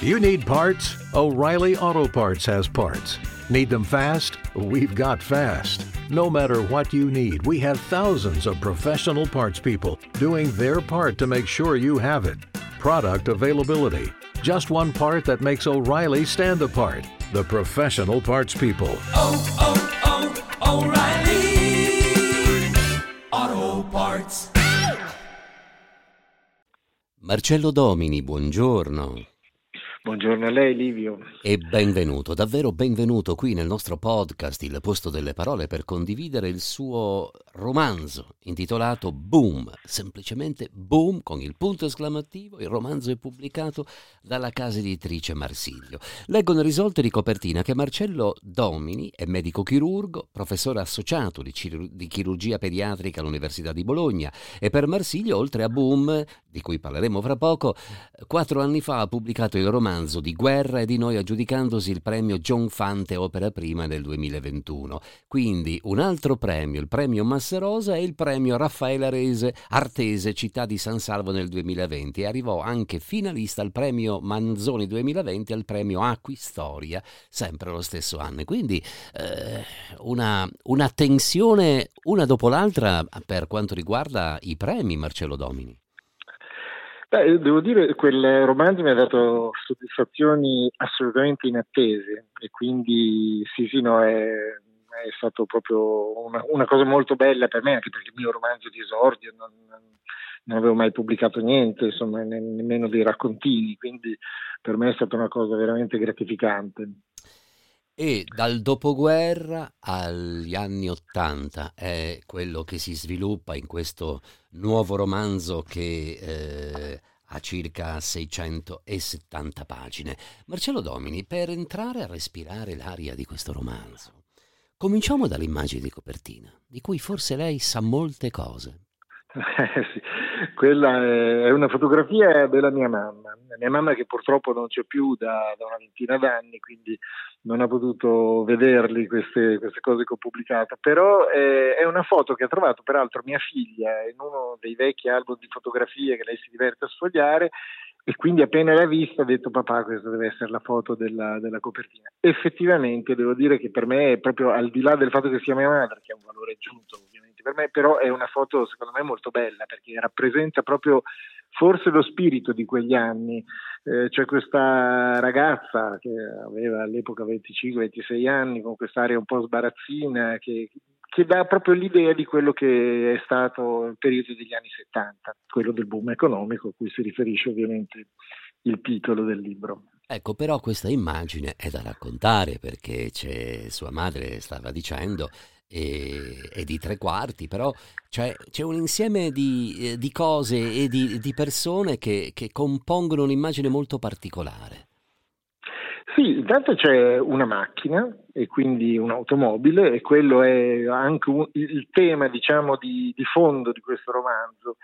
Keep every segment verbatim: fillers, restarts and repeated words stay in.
You need parts? O'Reilly Auto Parts has parts. Need them fast? We've got fast. No matter what you need, we have thousands of professional parts people doing their part to make sure you have it. Product availability. Just one part that makes O'Reilly stand apart. The professional parts people. Oh, oh, oh, O'Reilly Auto Parts. Marcello Domini, buongiorno. Buongiorno a lei, Livio. E benvenuto, davvero benvenuto qui nel nostro podcast Il Posto delle Parole per condividere il suo romanzo intitolato Boom, semplicemente Boom con il punto esclamativo. Il romanzo è pubblicato dalla casa editrice Marsilio. Leggo nel risolto di copertina che Marcello Domini è medico chirurgo, professore associato di, cir- di chirurgia pediatrica all'Università di Bologna e per Marsilio, oltre a Boom, di cui parleremo fra poco, quattro anni fa ha pubblicato il romanzo di Guerra e di noi, aggiudicandosi il premio John Fante Opera Prima nel duemilaventuno. Quindi un altro premio, il premio Massarosa e il premio Raffaele Arese, Artese Città di San Salvo nel duemilaventi, e arrivò anche finalista al premio Manzoni duemilaventi e al premio Acqui Storia sempre lo stesso anno. Quindi eh, una, una tensione una dopo l'altra per quanto riguarda i premi, Marcello Domini. Beh, devo dire che quel romanzo mi ha dato soddisfazioni assolutamente inattese e quindi sì sì no, è, è stato proprio una, una cosa molto bella per me, anche perché il mio romanzo di esordio non, non avevo mai pubblicato niente, insomma ne, nemmeno dei raccontini, quindi per me è stata una cosa veramente gratificante. E dal dopoguerra agli anni Ottanta è quello che si sviluppa in questo nuovo romanzo che eh, ha circa seicentosettanta pagine. Marcello Domini, per entrare a respirare l'aria di questo romanzo, cominciamo dall'immagine di copertina, di cui forse lei sa molte cose. Eh, sì. Quella è una fotografia della mia mamma, mia mamma che purtroppo non c'è più da, da una ventina d'anni, quindi non ha potuto vederli queste, queste cose che ho pubblicato, però eh, è una foto che ha trovato peraltro mia figlia in uno dei vecchi album di fotografie che lei si diverte a sfogliare, e quindi appena l'ha vista ha detto: papà, questa deve essere la foto della, della copertina. Effettivamente devo dire che per me è proprio, al di là del fatto che sia mia madre, che ha un valore aggiunto ovviamente per me, però è una foto secondo me molto bella perché rappresenta proprio forse lo spirito di quegli anni. Eh, c'è questa ragazza che aveva all'epoca venticinque ventisei anni, con quest'aria un po' sbarazzina, che che dà proprio l'idea di quello che è stato il periodo degli anni settanta, quello del boom economico a cui si riferisce ovviamente il titolo del libro. Ecco, però questa immagine è da raccontare perché c'è sua madre stava dicendo e, e di tre quarti, però c'è, c'è un insieme di, eh, di cose e di, di persone che, che compongono un'immagine molto particolare. Sì, intanto c'è una macchina e quindi un'automobile, e quello è anche un, il tema, diciamo, di, di fondo di questo romanzo.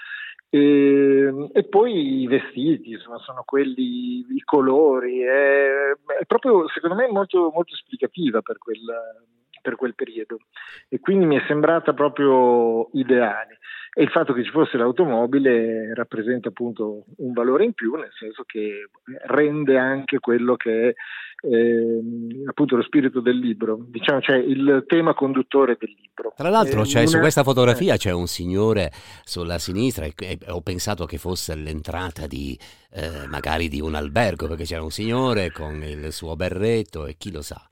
E, e poi i vestiti, insomma, sono quelli, i colori, è, è proprio secondo me molto, molto esplicativa per quel, per quel periodo, e quindi mi è sembrata proprio ideale. E il fatto che ci fosse l'automobile rappresenta appunto un valore in più, nel senso che rende anche quello che è eh, appunto lo spirito del libro, diciamo, cioè il tema conduttore del libro. Tra l'altro eh, c'è, una... su questa fotografia c'è un signore sulla sinistra e, e ho pensato che fosse l'entrata di eh, magari di un albergo, perché c'era un signore con il suo berretto e chi lo sa.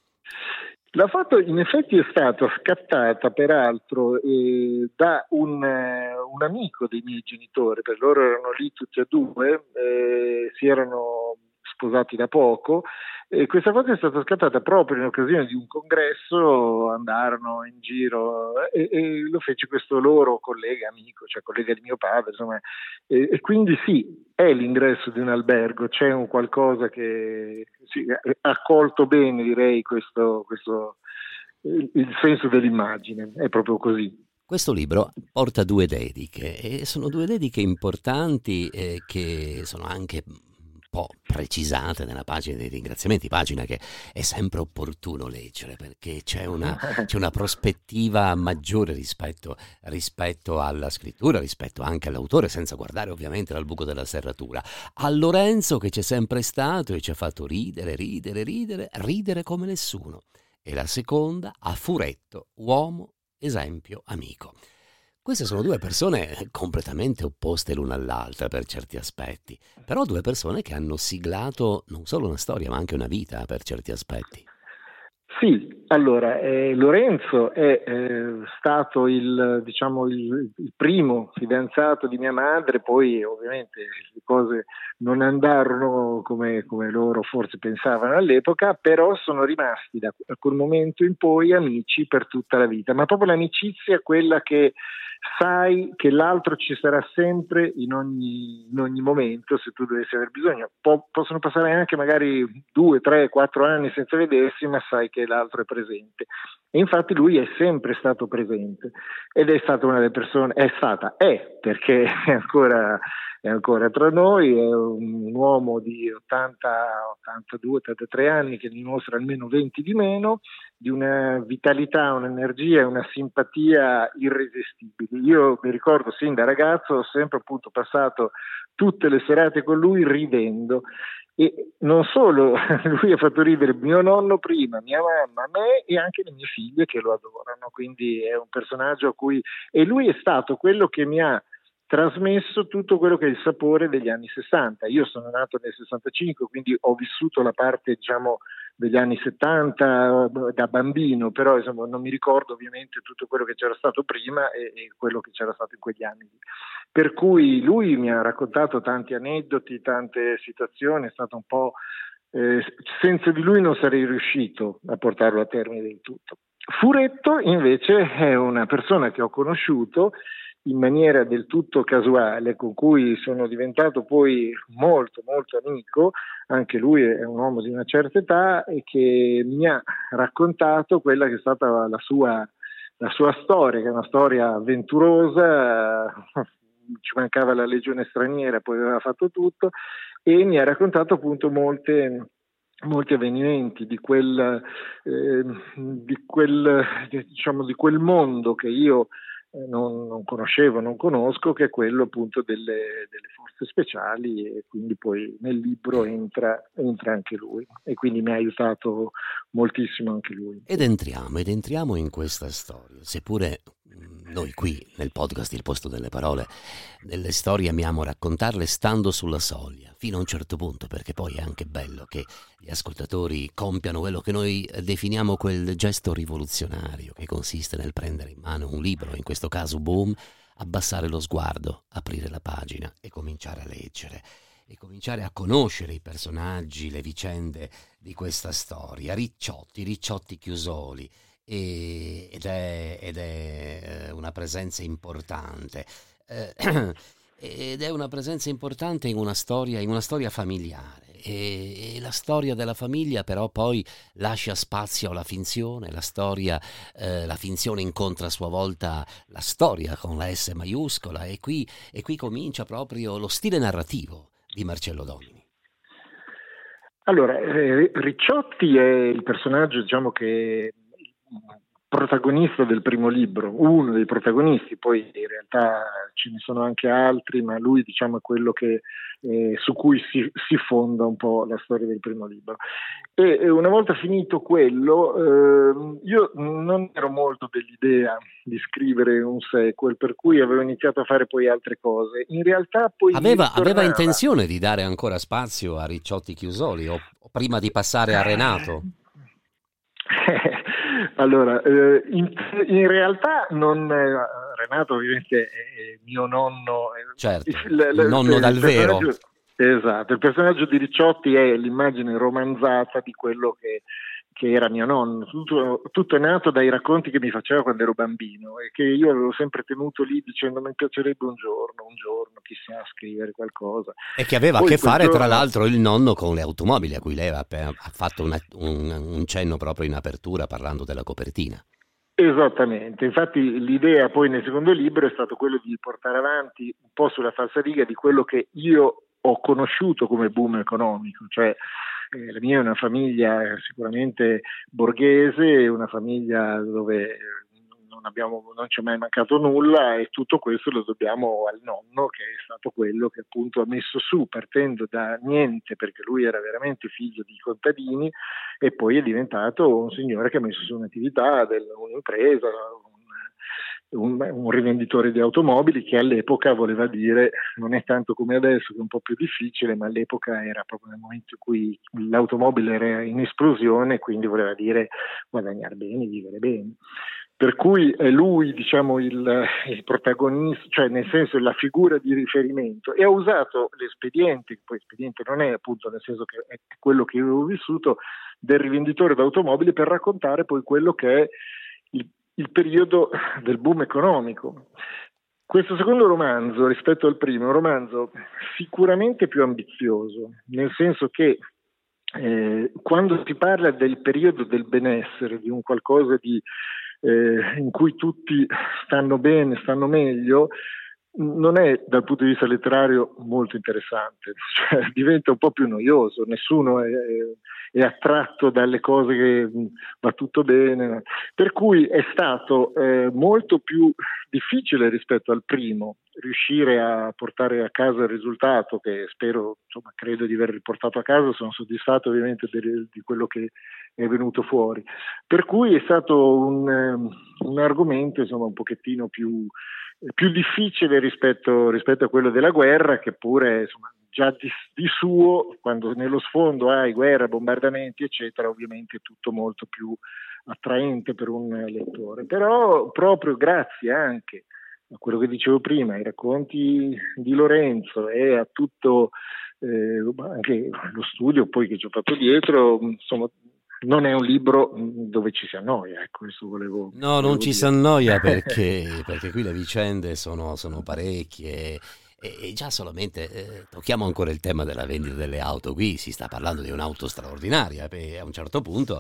La foto in effetti è stata scattata peraltro eh, da un, eh, un amico dei miei genitori, per loro erano lì tutti e due, eh, si erano sposati da poco, e questa foto è stata scattata proprio in occasione di un congresso, andarono in giro e, e lo fece questo loro collega, amico, cioè collega di mio padre, insomma, e, e quindi sì, è l'ingresso di un albergo, c'è un qualcosa che sì, ha colto bene, direi, questo, questo il, il senso dell'immagine, è proprio così. Questo libro porta due dediche e sono due dediche importanti eh, che sono anche po' precisate nella pagina dei ringraziamenti, pagina che è sempre opportuno leggere perché c'è una, c'è una prospettiva maggiore rispetto, rispetto alla scrittura, rispetto anche all'autore, senza guardare ovviamente dal buco della serratura. A Lorenzo che c'è sempre stato e ci ha fatto ridere, ridere, ridere, ridere come nessuno. E la seconda a Furetto, uomo, esempio, amico. Queste sono due persone completamente opposte l'una all'altra per certi aspetti, però due persone che hanno siglato non solo una storia ma anche una vita per certi aspetti. Sì, allora eh, Lorenzo è eh, stato il, diciamo, il, il primo fidanzato di mia madre, poi ovviamente le cose non andarono come, come loro forse pensavano all'epoca, però sono rimasti da quel momento in poi amici per tutta la vita, ma proprio l'amicizia è quella che sai che l'altro ci sarà sempre in ogni, in ogni momento se tu dovessi aver bisogno. Po- possono passare anche magari due, tre, quattro anni senza vedersi, ma sai che l'altro è presente. E infatti lui è sempre stato presente ed è stata una delle persone, è stata, è, perché è ancora, è ancora tra noi, è un uomo di ottanta, ottantadue, ottantatré anni che dimostra almeno venti di meno, di una vitalità, un'energia e una simpatia irresistibili. Io mi ricordo sin da ragazzo ho sempre appunto passato tutte le serate con lui ridendo e non solo, lui ha fatto ridere mio nonno prima, mia mamma, me e anche le mie figlie che lo adorano, quindi è un personaggio a cui e lui è stato quello che mi ha trasmesso tutto quello che è il sapore degli anni sessanta. Io sono nato nel sessantacinque, quindi ho vissuto la parte, diciamo, degli anni settanta da bambino, però insomma non mi ricordo ovviamente tutto quello che c'era stato prima e, e quello che c'era stato in quegli anni. Per cui lui mi ha raccontato tanti aneddoti, tante situazioni, è stato un po' eh, senza di lui non sarei riuscito a portarlo a termine del tutto. Furetto invece è una persona che ho conosciuto in maniera del tutto casuale, con cui sono diventato poi molto molto amico. Anche lui è un uomo di una certa età e che mi ha raccontato quella che è stata la sua, la sua storia, che è una storia avventurosa, ci mancava la legione straniera, poi aveva fatto tutto, e mi ha raccontato appunto molte molti avvenimenti di quel, eh, di quel diciamo di quel mondo che io Non, non conoscevo, non conosco, che è quello appunto delle, delle forze speciali, e quindi poi nel libro entra, entra anche lui e quindi mi ha aiutato moltissimo anche lui. Ed entriamo, ed entriamo in questa storia, seppure noi qui nel podcast Il Posto delle Parole delle storie amiamo raccontarle stando sulla soglia, fino a un certo punto, perché poi è anche bello che gli ascoltatori compiano quello che noi definiamo quel gesto rivoluzionario che consiste nel prendere in mano un libro, in questo caso Boom, abbassare lo sguardo, aprire la pagina e cominciare a leggere e cominciare a conoscere i personaggi, le vicende di questa storia. Ricciotti, Ricciotti Chiusoli, e, ed, è, ed è una presenza importante eh, ed è una presenza importante in una storia, in una storia familiare e, e la storia della famiglia però poi lascia spazio alla finzione, la storia, eh, la finzione incontra a sua volta la storia con la S maiuscola e qui, e qui comincia proprio lo stile narrativo di Marcello Domini. Allora, eh, Ricciotti è il personaggio, diciamo, che protagonista del primo libro, uno dei protagonisti, poi in realtà ce ne sono anche altri, ma lui, diciamo, è quello che, eh, su cui si, si fonda un po' la storia del primo libro. E, e una volta finito quello, eh, io non ero molto dell'idea di scrivere un sequel, per cui avevo iniziato a fare poi altre cose. In realtà poi aveva, aveva intenzione di dare ancora spazio a Ricciotti Chiusoli o, o prima di passare a Renato? Allora, eh, in, in realtà non, eh, Renato ovviamente è mio nonno, certo, il, il, il nonno il dal vero. Esatto, il personaggio di Ricciotti è l'immagine romanzata di quello che, che era mio nonno. Tutto, tutto è nato dai racconti che mi faceva quando ero bambino e che io avevo sempre tenuto lì dicendo mi piacerebbe un giorno, un giorno, chissà, scrivere qualcosa. E che aveva Poi a che fare giorno... tra l'altro il nonno con le automobili, a cui lei ha fatto una, un, un cenno proprio in apertura parlando della copertina. Esattamente, infatti l'idea poi nel secondo libro è stato quello di portare avanti un po' sulla falsariga di quello che io ho conosciuto come boom economico, cioè eh, la mia è una famiglia sicuramente borghese, una famiglia dove non abbiamo, non ci è mai mancato nulla, e tutto questo lo dobbiamo al nonno, che è stato quello che appunto ha messo su, partendo da niente, perché lui era veramente figlio di contadini, e poi è diventato un signore che ha messo su un'attività, un'impresa, un, un rivenditore di automobili, che all'epoca voleva dire, non è tanto come adesso che è un po' più difficile, ma all'epoca era proprio nel momento in cui l'automobile era in esplosione, quindi voleva dire guadagnare bene, vivere bene. Per cui è lui, diciamo, il, il protagonista, cioè nel senso la figura di riferimento, e ha usato l'espediente, che poi espediente non è, appunto, nel senso che è quello che io avevo vissuto, del rivenditore d'automobili, per raccontare poi quello che è il, il periodo del boom economico. Questo secondo romanzo, rispetto al primo, è un romanzo sicuramente più ambizioso, nel senso che eh, quando si parla del periodo del benessere, di un qualcosa di Eh, in cui tutti stanno bene, stanno meglio, non è dal punto di vista letterario molto interessante, cioè diventa un po' più noioso, nessuno è, è attratto dalle cose che va tutto bene, per cui è stato eh, molto più difficile rispetto al primo riuscire a portare a casa il risultato, che spero, insomma, credo di aver riportato a casa. Sono soddisfatto ovviamente di, di quello che è venuto fuori, per cui è stato un, un argomento, insomma, un pochettino più, più difficile rispetto, rispetto a quello della guerra, che pure, insomma, già di, di suo, quando nello sfondo hai guerra, bombardamenti eccetera, ovviamente è tutto molto più attraente per un lettore. Però proprio grazie anche a quello che dicevo prima, ai racconti di Lorenzo e a tutto eh, anche lo studio poi che ci ho fatto dietro, insomma, non è un libro dove ci si annoia, ecco, questo volevo No, volevo non ci dire. si annoia perché, perché qui le vicende sono, sono parecchie, e, e già solamente eh, tocchiamo ancora il tema della vendita delle auto. Qui si sta parlando di un'auto straordinaria, e a un certo punto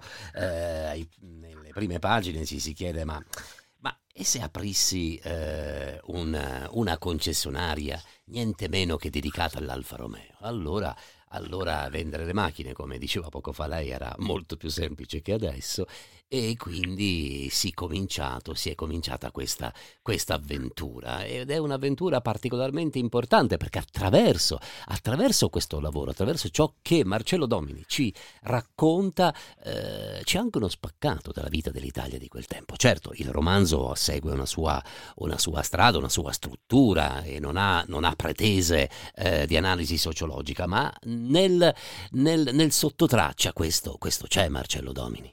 eh, nelle prime pagine ci si chiede ma, ma e se aprissi eh, una, una concessionaria niente meno che dedicata all'Alfa Romeo? Allora Allora vendere le macchine, come diceva poco fa lei, era molto più semplice che adesso, e quindi si è cominciato, si è cominciata questa, questa avventura, ed è un'avventura particolarmente importante perché attraverso, attraverso questo lavoro, attraverso ciò che Marcello Domini ci racconta, eh, c'è anche uno spaccato della vita dell'Italia di quel tempo. Certo, il romanzo segue una sua, una sua strada, una sua struttura, e non ha, non ha pretese eh, di analisi sociologica, ma nel, nel, nel sottotraccia questo, questo c'è, Marcello Domini.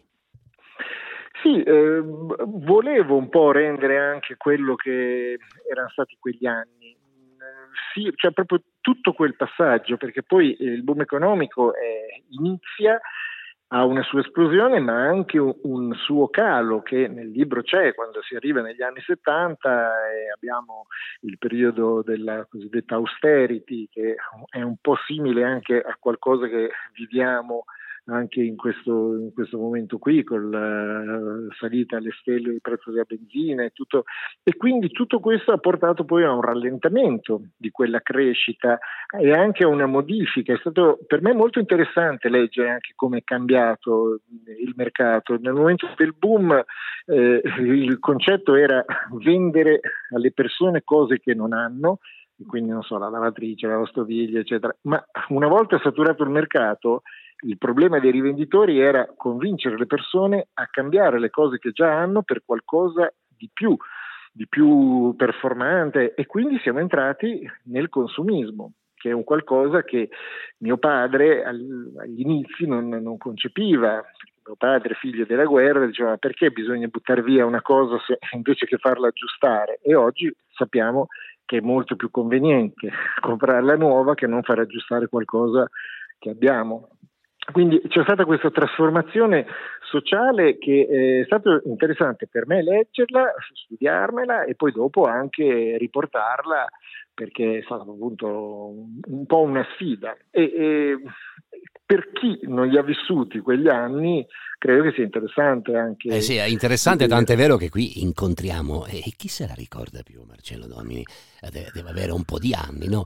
Sì, eh, volevo un po' rendere anche quello che erano stati quegli anni, sì, cioè proprio tutto quel passaggio, perché poi il boom economico eh, inizia, ha una sua esplosione, ma anche un, un suo calo, che nel libro c'è quando si arriva negli anni settanta, e abbiamo il periodo della cosiddetta austerity, che è un po' simile anche a qualcosa che viviamo anche in questo, in questo momento qui, con la salita alle stelle del prezzo della benzina e tutto, e quindi tutto questo ha portato poi a un rallentamento di quella crescita e anche a una modifica. È stato per me molto interessante leggere anche come è cambiato il mercato. Nel momento del boom eh, il concetto era vendere alle persone cose che non hanno, quindi non so, la lavatrice, la lavastoviglie eccetera, ma una volta saturato il mercato, il problema dei rivenditori era convincere le persone a cambiare le cose che già hanno per qualcosa di più, di più performante, e quindi siamo entrati nel consumismo, che è un qualcosa che mio padre agli inizi non, non concepiva. Mio padre, figlio della guerra, diceva: perché bisogna buttare via una cosa se, invece che farla aggiustare? E oggi sappiamo che è molto più conveniente comprarla nuova che non far aggiustare qualcosa che abbiamo. Quindi c'è stata questa trasformazione sociale che è stato interessante per me leggerla, studiarmela e poi dopo anche riportarla, perché è stata appunto un po' una sfida. E, e per chi non li ha vissuti quegli anni credo che sia interessante anche. Eh sì, è interessante, tant'è vero che qui incontriamo, e chi se la ricorda più Marcello Domini? Deve, deve avere un po' di anni, no?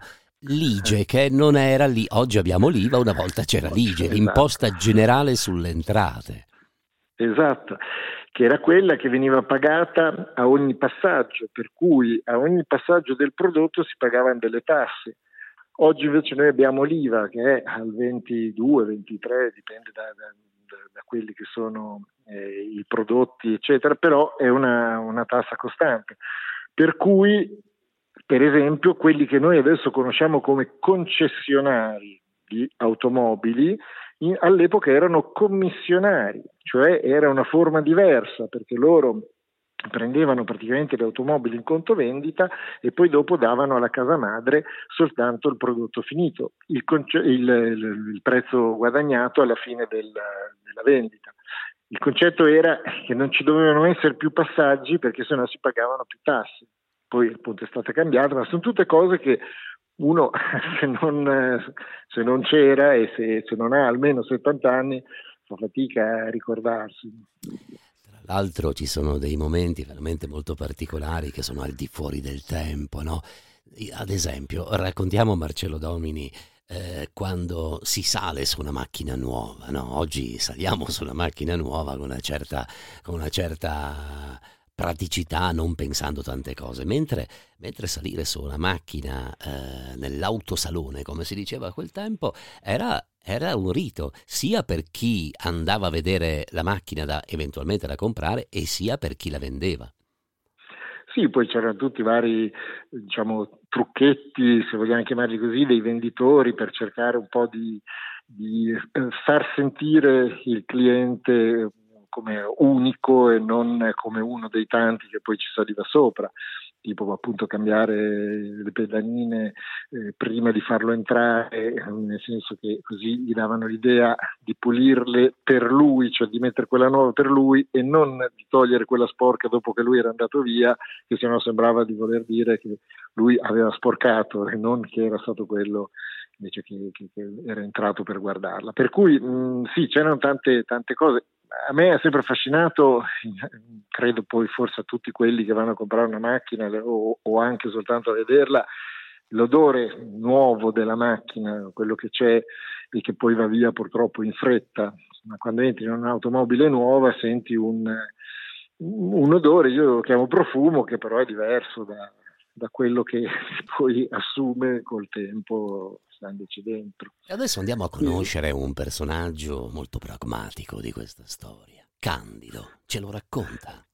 L'I G E, che non era lì, oggi abbiamo l'I V A, una volta c'era l'I G E, Esatto. l'imposta generale sulle entrate. Esatto, che era quella che veniva pagata a ogni passaggio, per cui a ogni passaggio del prodotto si pagavano delle tasse. Oggi invece noi abbiamo l'I V A che è al ventidue ventitré, dipende da, da, da quelli che sono eh, i prodotti, eccetera, però è una, una tassa costante. Per cui, per esempio, quelli che noi adesso conosciamo come concessionari di automobili, in, all'epoca erano commissionari, cioè era una forma diversa, perché loro prendevano praticamente le automobili in conto vendita e poi dopo davano alla casa madre soltanto il prodotto finito, il, conce- il, il, il prezzo guadagnato alla fine del, della vendita. Il concetto era che non ci dovevano essere più passaggi perché sennò si pagavano più tasse. Poi appunto è stata cambiata, ma sono tutte cose che uno se non, se non c'era e se, se non ha almeno settanta anni fa fatica a ricordarsi. Tra l'altro ci sono dei momenti veramente molto particolari che sono al di fuori del tempo, no? Ad esempio, raccontiamo Marcello Domini eh, quando si sale su una macchina nuova, no? Oggi saliamo su una macchina nuova con una certa, con una certa praticità, non pensando tante cose, mentre, mentre salire su una macchina eh, nell'autosalone, come si diceva a quel tempo, era, era un rito, sia per chi andava a vedere la macchina da eventualmente da comprare e sia per chi la vendeva. Sì, poi c'erano tutti i vari, diciamo, trucchetti, se vogliamo chiamarli così, dei venditori per cercare un po' di, di far sentire il cliente come unico e non come uno dei tanti che poi ci saliva sopra, tipo appunto cambiare le pedalline eh, prima di farlo entrare, nel senso che così gli davano l'idea di pulirle per lui, cioè di mettere quella nuova per lui e non di togliere quella sporca dopo che lui era andato via, che sennò sembrava di voler dire che lui aveva sporcato e non che era stato quello invece che, che, che era entrato per guardarla. Per cui mh, sì, c'erano tante, tante cose. A me ha sempre affascinato, credo poi forse a tutti quelli che vanno a comprare una macchina o, o anche soltanto a vederla, l'odore nuovo della macchina, quello che c'è e che poi va via purtroppo in fretta. Ma quando entri in un'automobile nuova senti un, un odore, io lo chiamo profumo, che però è diverso da, da quello che poi assume col tempo standoci dentro. E adesso andiamo a conoscere un personaggio molto pragmatico di questa storia. Candido, ce lo racconta?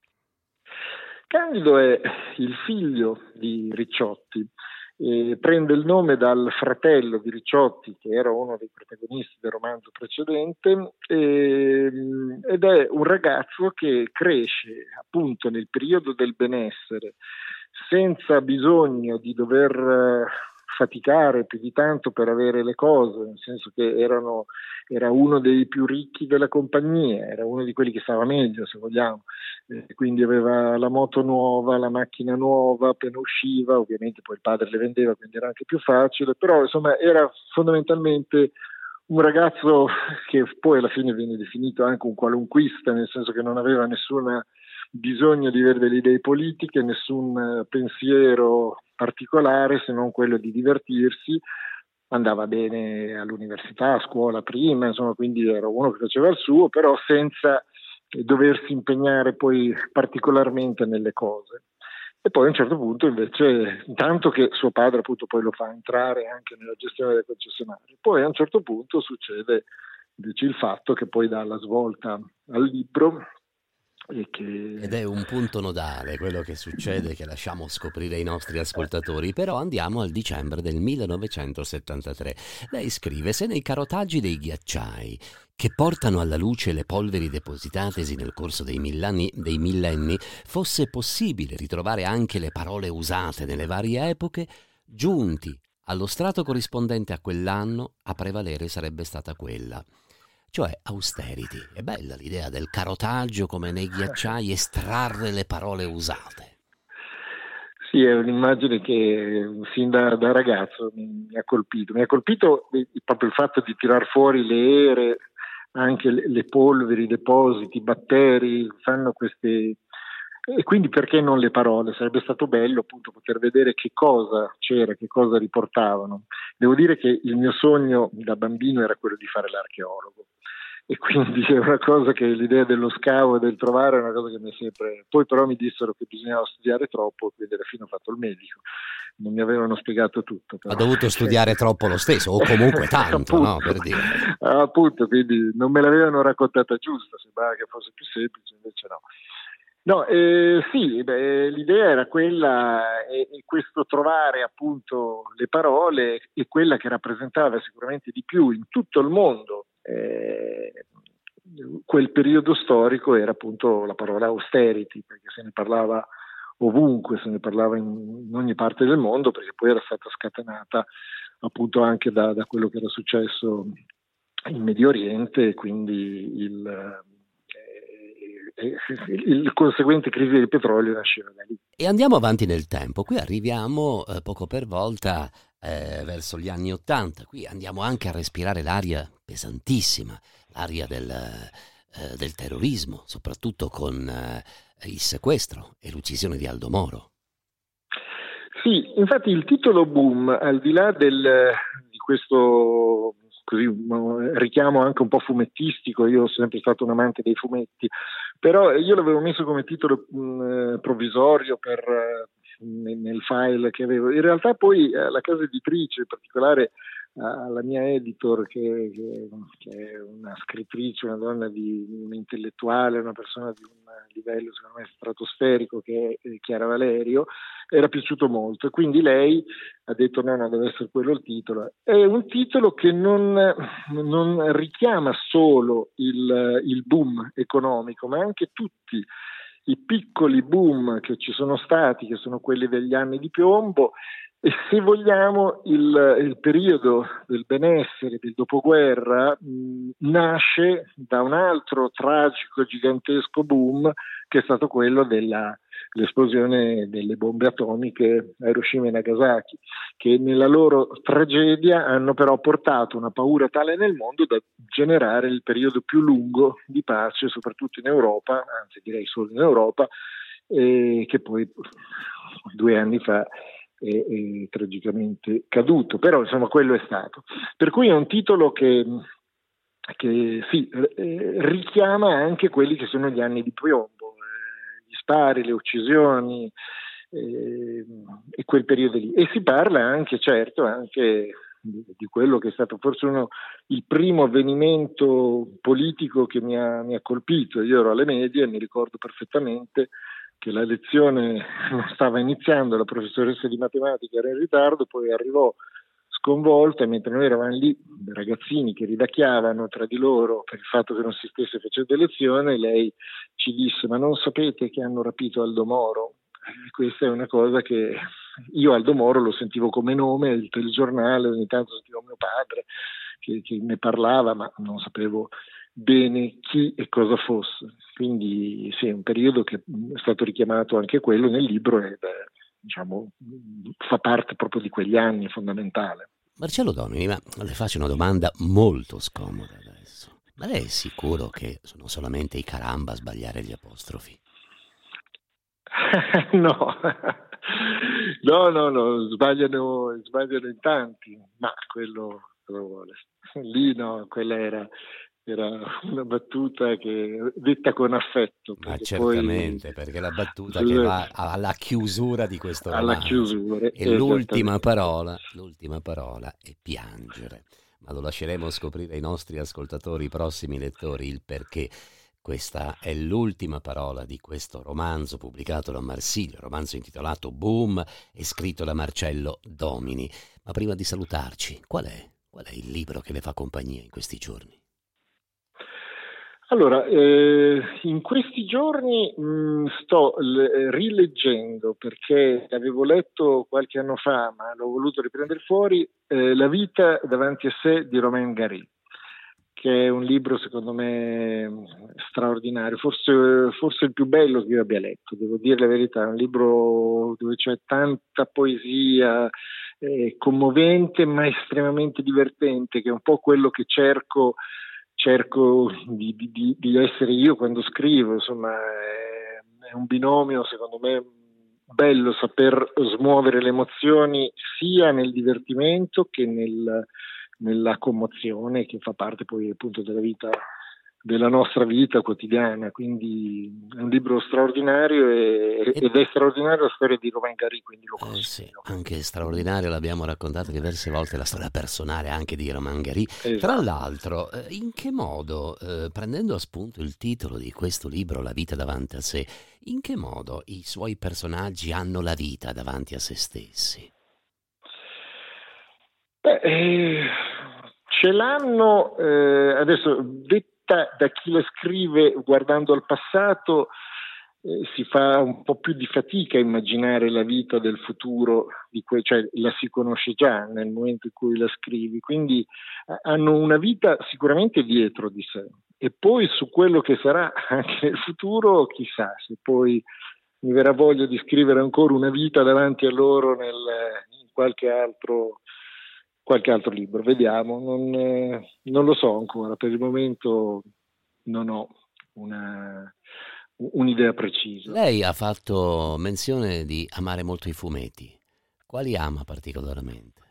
Candido è il figlio di Ricciotti, eh, prende il nome dal fratello di Ricciotti, che era uno dei protagonisti del romanzo precedente, eh, ed è un ragazzo che cresce appunto nel periodo del benessere, senza bisogno di dover faticare più di tanto per avere le cose, nel senso che erano, era uno dei più ricchi della compagnia, era uno di quelli che stava meglio, se vogliamo, eh, quindi aveva la moto nuova, la macchina nuova appena usciva, ovviamente poi il padre le vendeva, quindi era anche più facile, però insomma era fondamentalmente un ragazzo che poi alla fine viene definito anche un qualunquista, nel senso che non aveva nessuna bisogno di avere delle idee politiche, nessun pensiero particolare se non quello di divertirsi, andava bene all'università, a scuola prima, insomma, quindi era uno che faceva il suo, però senza doversi impegnare poi particolarmente nelle cose. E poi a un certo punto invece, tanto che suo padre appunto poi lo fa entrare anche nella gestione del concessionario, poi a un certo punto succede invece il fatto che poi dà la svolta al libro. E che... Ed è un punto nodale quello che succede, che lasciamo scoprire ai nostri ascoltatori. Però andiamo al dicembre del millenovecentosettantatré. Lei scrive: se nei carotaggi dei ghiacciai che portano alla luce le polveri depositatesi nel corso dei millenni, dei millenni fosse possibile ritrovare anche le parole usate nelle varie epoche, giunti allo strato corrispondente a quell'anno, a prevalere sarebbe stata quella, cioè austerity. È bella l'idea del carotaggio, come nei ghiacciai, estrarre le parole usate. Sì, è un'immagine che sin da, da ragazzo mi, mi ha colpito. Mi ha colpito proprio il fatto di tirar fuori le ere, anche le, le polveri, i depositi, i batteri, fanno queste, E quindi perché non le parole? Sarebbe stato bello appunto poter vedere che cosa c'era, che cosa riportavano. Devo dire che il mio sogno da bambino era quello di fare l'archeologo, e quindi è una cosa che l'idea dello scavo e del trovare è una cosa che mi è sempre... Poi però mi dissero che bisognava studiare troppo, quindi alla fine ho fatto il medico. Non mi avevano spiegato tutto. Però. Ha dovuto studiare troppo lo stesso, o comunque tanto, appunto, no? Per dire. Appunto, quindi non me l'avevano raccontata giusta, sembrava che fosse più semplice, invece no. No, eh, sì, beh, l'idea era quella, e, e questo trovare appunto le parole, e quella che rappresentava sicuramente di più in tutto il mondo eh, quel periodo storico era appunto la parola austerity, perché se ne parlava ovunque, se ne parlava in, in ogni parte del mondo, perché poi era stata scatenata appunto anche da, da quello che era successo in Medio Oriente, quindi il... il conseguente crisi del petrolio nasceva da lì. E andiamo avanti nel tempo, qui arriviamo eh, poco per volta eh, verso gli anni Ottanta, qui andiamo anche a respirare l'aria pesantissima, l'aria del, eh, del terrorismo, soprattutto con eh, il sequestro e l'uccisione di Aldo Moro. Sì, infatti il titolo Boom, al di là del, di questo così un richiamo anche un po' fumettistico, io sono sempre stato un amante dei fumetti, però io l'avevo messo come titolo mh, provvisorio per, uh, nel file che avevo. In realtà poi uh, la casa editrice, in particolare uh, la mia editor, che, che, che è una scrittrice, una donna di un intellettuale, una persona di un livello secondo me stratosferico, che è Chiara Valerio, era piaciuto molto, e quindi lei ha detto no, no, deve essere quello il titolo. È un titolo che non, non richiama solo il, il boom economico, ma anche tutti i piccoli boom che ci sono stati, che sono quelli degli anni di piombo, e se vogliamo il, il periodo del benessere, del dopoguerra, mh, nasce da un altro tragico, gigantesco boom, che è stato quello della l'esplosione delle bombe atomiche a Hiroshima e Nagasaki, che nella loro tragedia hanno però portato una paura tale nel mondo da generare il periodo più lungo di pace, soprattutto in Europa, anzi direi solo in Europa, e che poi due anni fa è, è tragicamente caduto, però insomma quello è stato. Per cui è un titolo che, che sì, richiama anche quelli che sono gli anni di piombo, gli spari, le uccisioni eh, e quel periodo lì. E si parla anche, certo, anche di, di quello che è stato forse uno, il primo avvenimento politico che mi ha, mi ha colpito. Io ero alle medie e mi ricordo perfettamente che la lezione stava iniziando, la professoressa di matematica era in ritardo, poi arrivò sconvolta, mentre noi eravamo lì, ragazzini che ridacchiavano tra di loro per il fatto che non si stesse facendo lezione, lei ci disse: ma non sapete che hanno rapito Aldo Moro? E questa è una cosa che io Aldo Moro lo sentivo come nome, il telegiornale, ogni tanto sentivo mio padre che, che ne parlava, ma non sapevo bene chi e cosa fosse. Quindi sì, è un periodo che è stato richiamato anche quello nel libro e beh, diciamo, fa parte proprio di quegli anni, è fondamentale. Marcello Domini, ma le faccio una domanda molto scomoda adesso. Ma lei è sicuro che sono solamente i caramba a sbagliare gli apostrofi? no, no, no, no, sbagliano, sbagliano in tanti, ma quello, quello vuole. Lì no, quella era... era una battuta che detta con affetto. Ma certamente, poi, perché la battuta che va alla chiusura di questo romanzo. Alla chiusura. E l'ultima parola, l'ultima parola è piangere. Ma lo lasceremo scoprire ai nostri ascoltatori, i prossimi lettori, il perché. Questa è l'ultima parola di questo romanzo pubblicato da Marsilio, romanzo intitolato Boom e scritto da Marcello Domini. Ma prima di salutarci, qual è, qual è il libro che le fa compagnia in questi giorni? Allora, eh, in questi giorni mh, sto l- rileggendo, perché l'avevo letto qualche anno fa, ma l'ho voluto riprendere fuori, eh, La vita davanti a sé di Romain Gary, che è un libro secondo me straordinario, forse, forse il più bello che io abbia letto, devo dire la verità. È un libro dove c'è tanta poesia, eh, commovente ma estremamente divertente, che è un po' quello che cerco cerco di, di, di essere io quando scrivo, insomma, eh, è un binomio, secondo me, bello saper smuovere le emozioni sia nel divertimento che nel, nella commozione, che fa parte poi appunto della vita, della nostra vita quotidiana. Quindi è un libro straordinario e, ed è straordinaria la storia di Romain Gary, quindi lo consiglio. Eh sì, anche straordinario, l'abbiamo raccontato diverse volte, la storia personale anche di Romain Gary. Esatto. Tra l'altro, eh, in che modo, eh, prendendo a spunto il titolo di questo libro, La vita davanti a sé, in che modo i suoi personaggi hanno la vita davanti a se stessi? Beh, eh, ce l'hanno, eh, adesso detta da chi la scrive guardando al passato, eh, si fa un po' più di fatica a immaginare la vita del futuro, di que- cioè la si conosce già nel momento in cui la scrivi, quindi eh, hanno una vita sicuramente dietro di sé, e poi su quello che sarà anche nel futuro chissà, se poi mi verrà voglia di scrivere ancora una vita davanti a loro nel, in qualche altro qualche altro libro, vediamo, non, eh, non lo so ancora, per il momento non ho una, un'idea precisa. Lei ha fatto menzione di amare molto i fumetti. Quali ama particolarmente?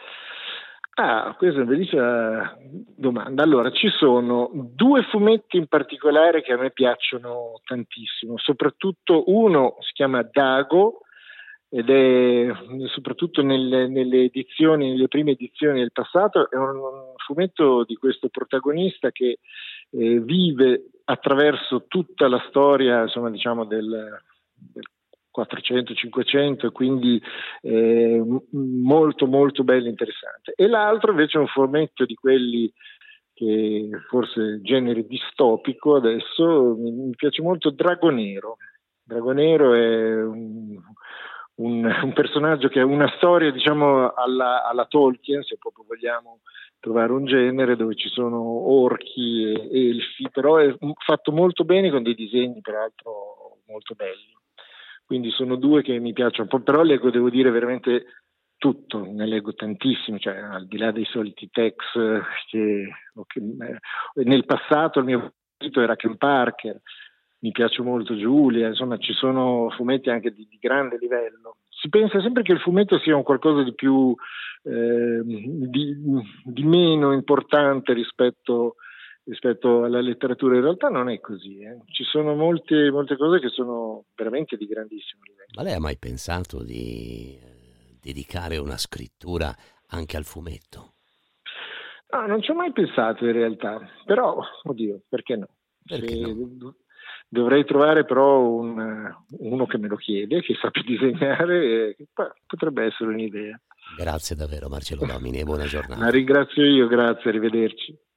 Ah, questa è una bellissima domanda. Allora, ci sono due fumetti in particolare che a me piacciono tantissimo, soprattutto uno si chiama Dago, ed è soprattutto nelle, nelle edizioni, nelle prime edizioni del passato, è un fumetto di questo protagonista che eh, vive attraverso tutta la storia, insomma, diciamo del, del quattrocento cinquecento, e quindi eh, molto molto bello e interessante. E l'altro invece è un fumetto di quelli che forse genere distopico adesso, mi, mi piace molto Dragonero. Dragonero è un Un, un personaggio che ha una storia, diciamo, alla, alla Tolkien, se proprio vogliamo trovare un genere, dove ci sono orchi e elfi, però è fatto molto bene, con dei disegni peraltro molto belli. Quindi sono due che mi piacciono, però leggo, devo dire, veramente tutto, ne leggo tantissimo, cioè al di là dei soliti text che, che nel passato il mio favorito era Ken Parker. Mi piace molto Giulia, insomma ci sono fumetti anche di, di grande livello. Si pensa sempre che il fumetto sia un qualcosa di più, eh, di, di meno importante rispetto, rispetto alla letteratura, in realtà non è così, eh. Ci sono molte, molte cose che sono veramente di grandissimo livello. Ma lei ha mai pensato di eh, dedicare una scrittura anche al fumetto? No, non ci ho mai pensato in realtà, però, oddio, perché no? Perché Se, no? Dovrei trovare però un, uno che me lo chiede, che sappia disegnare, e potrebbe essere un'idea. Grazie davvero Marcello Domini e buona giornata. La ringrazio io, grazie, arrivederci.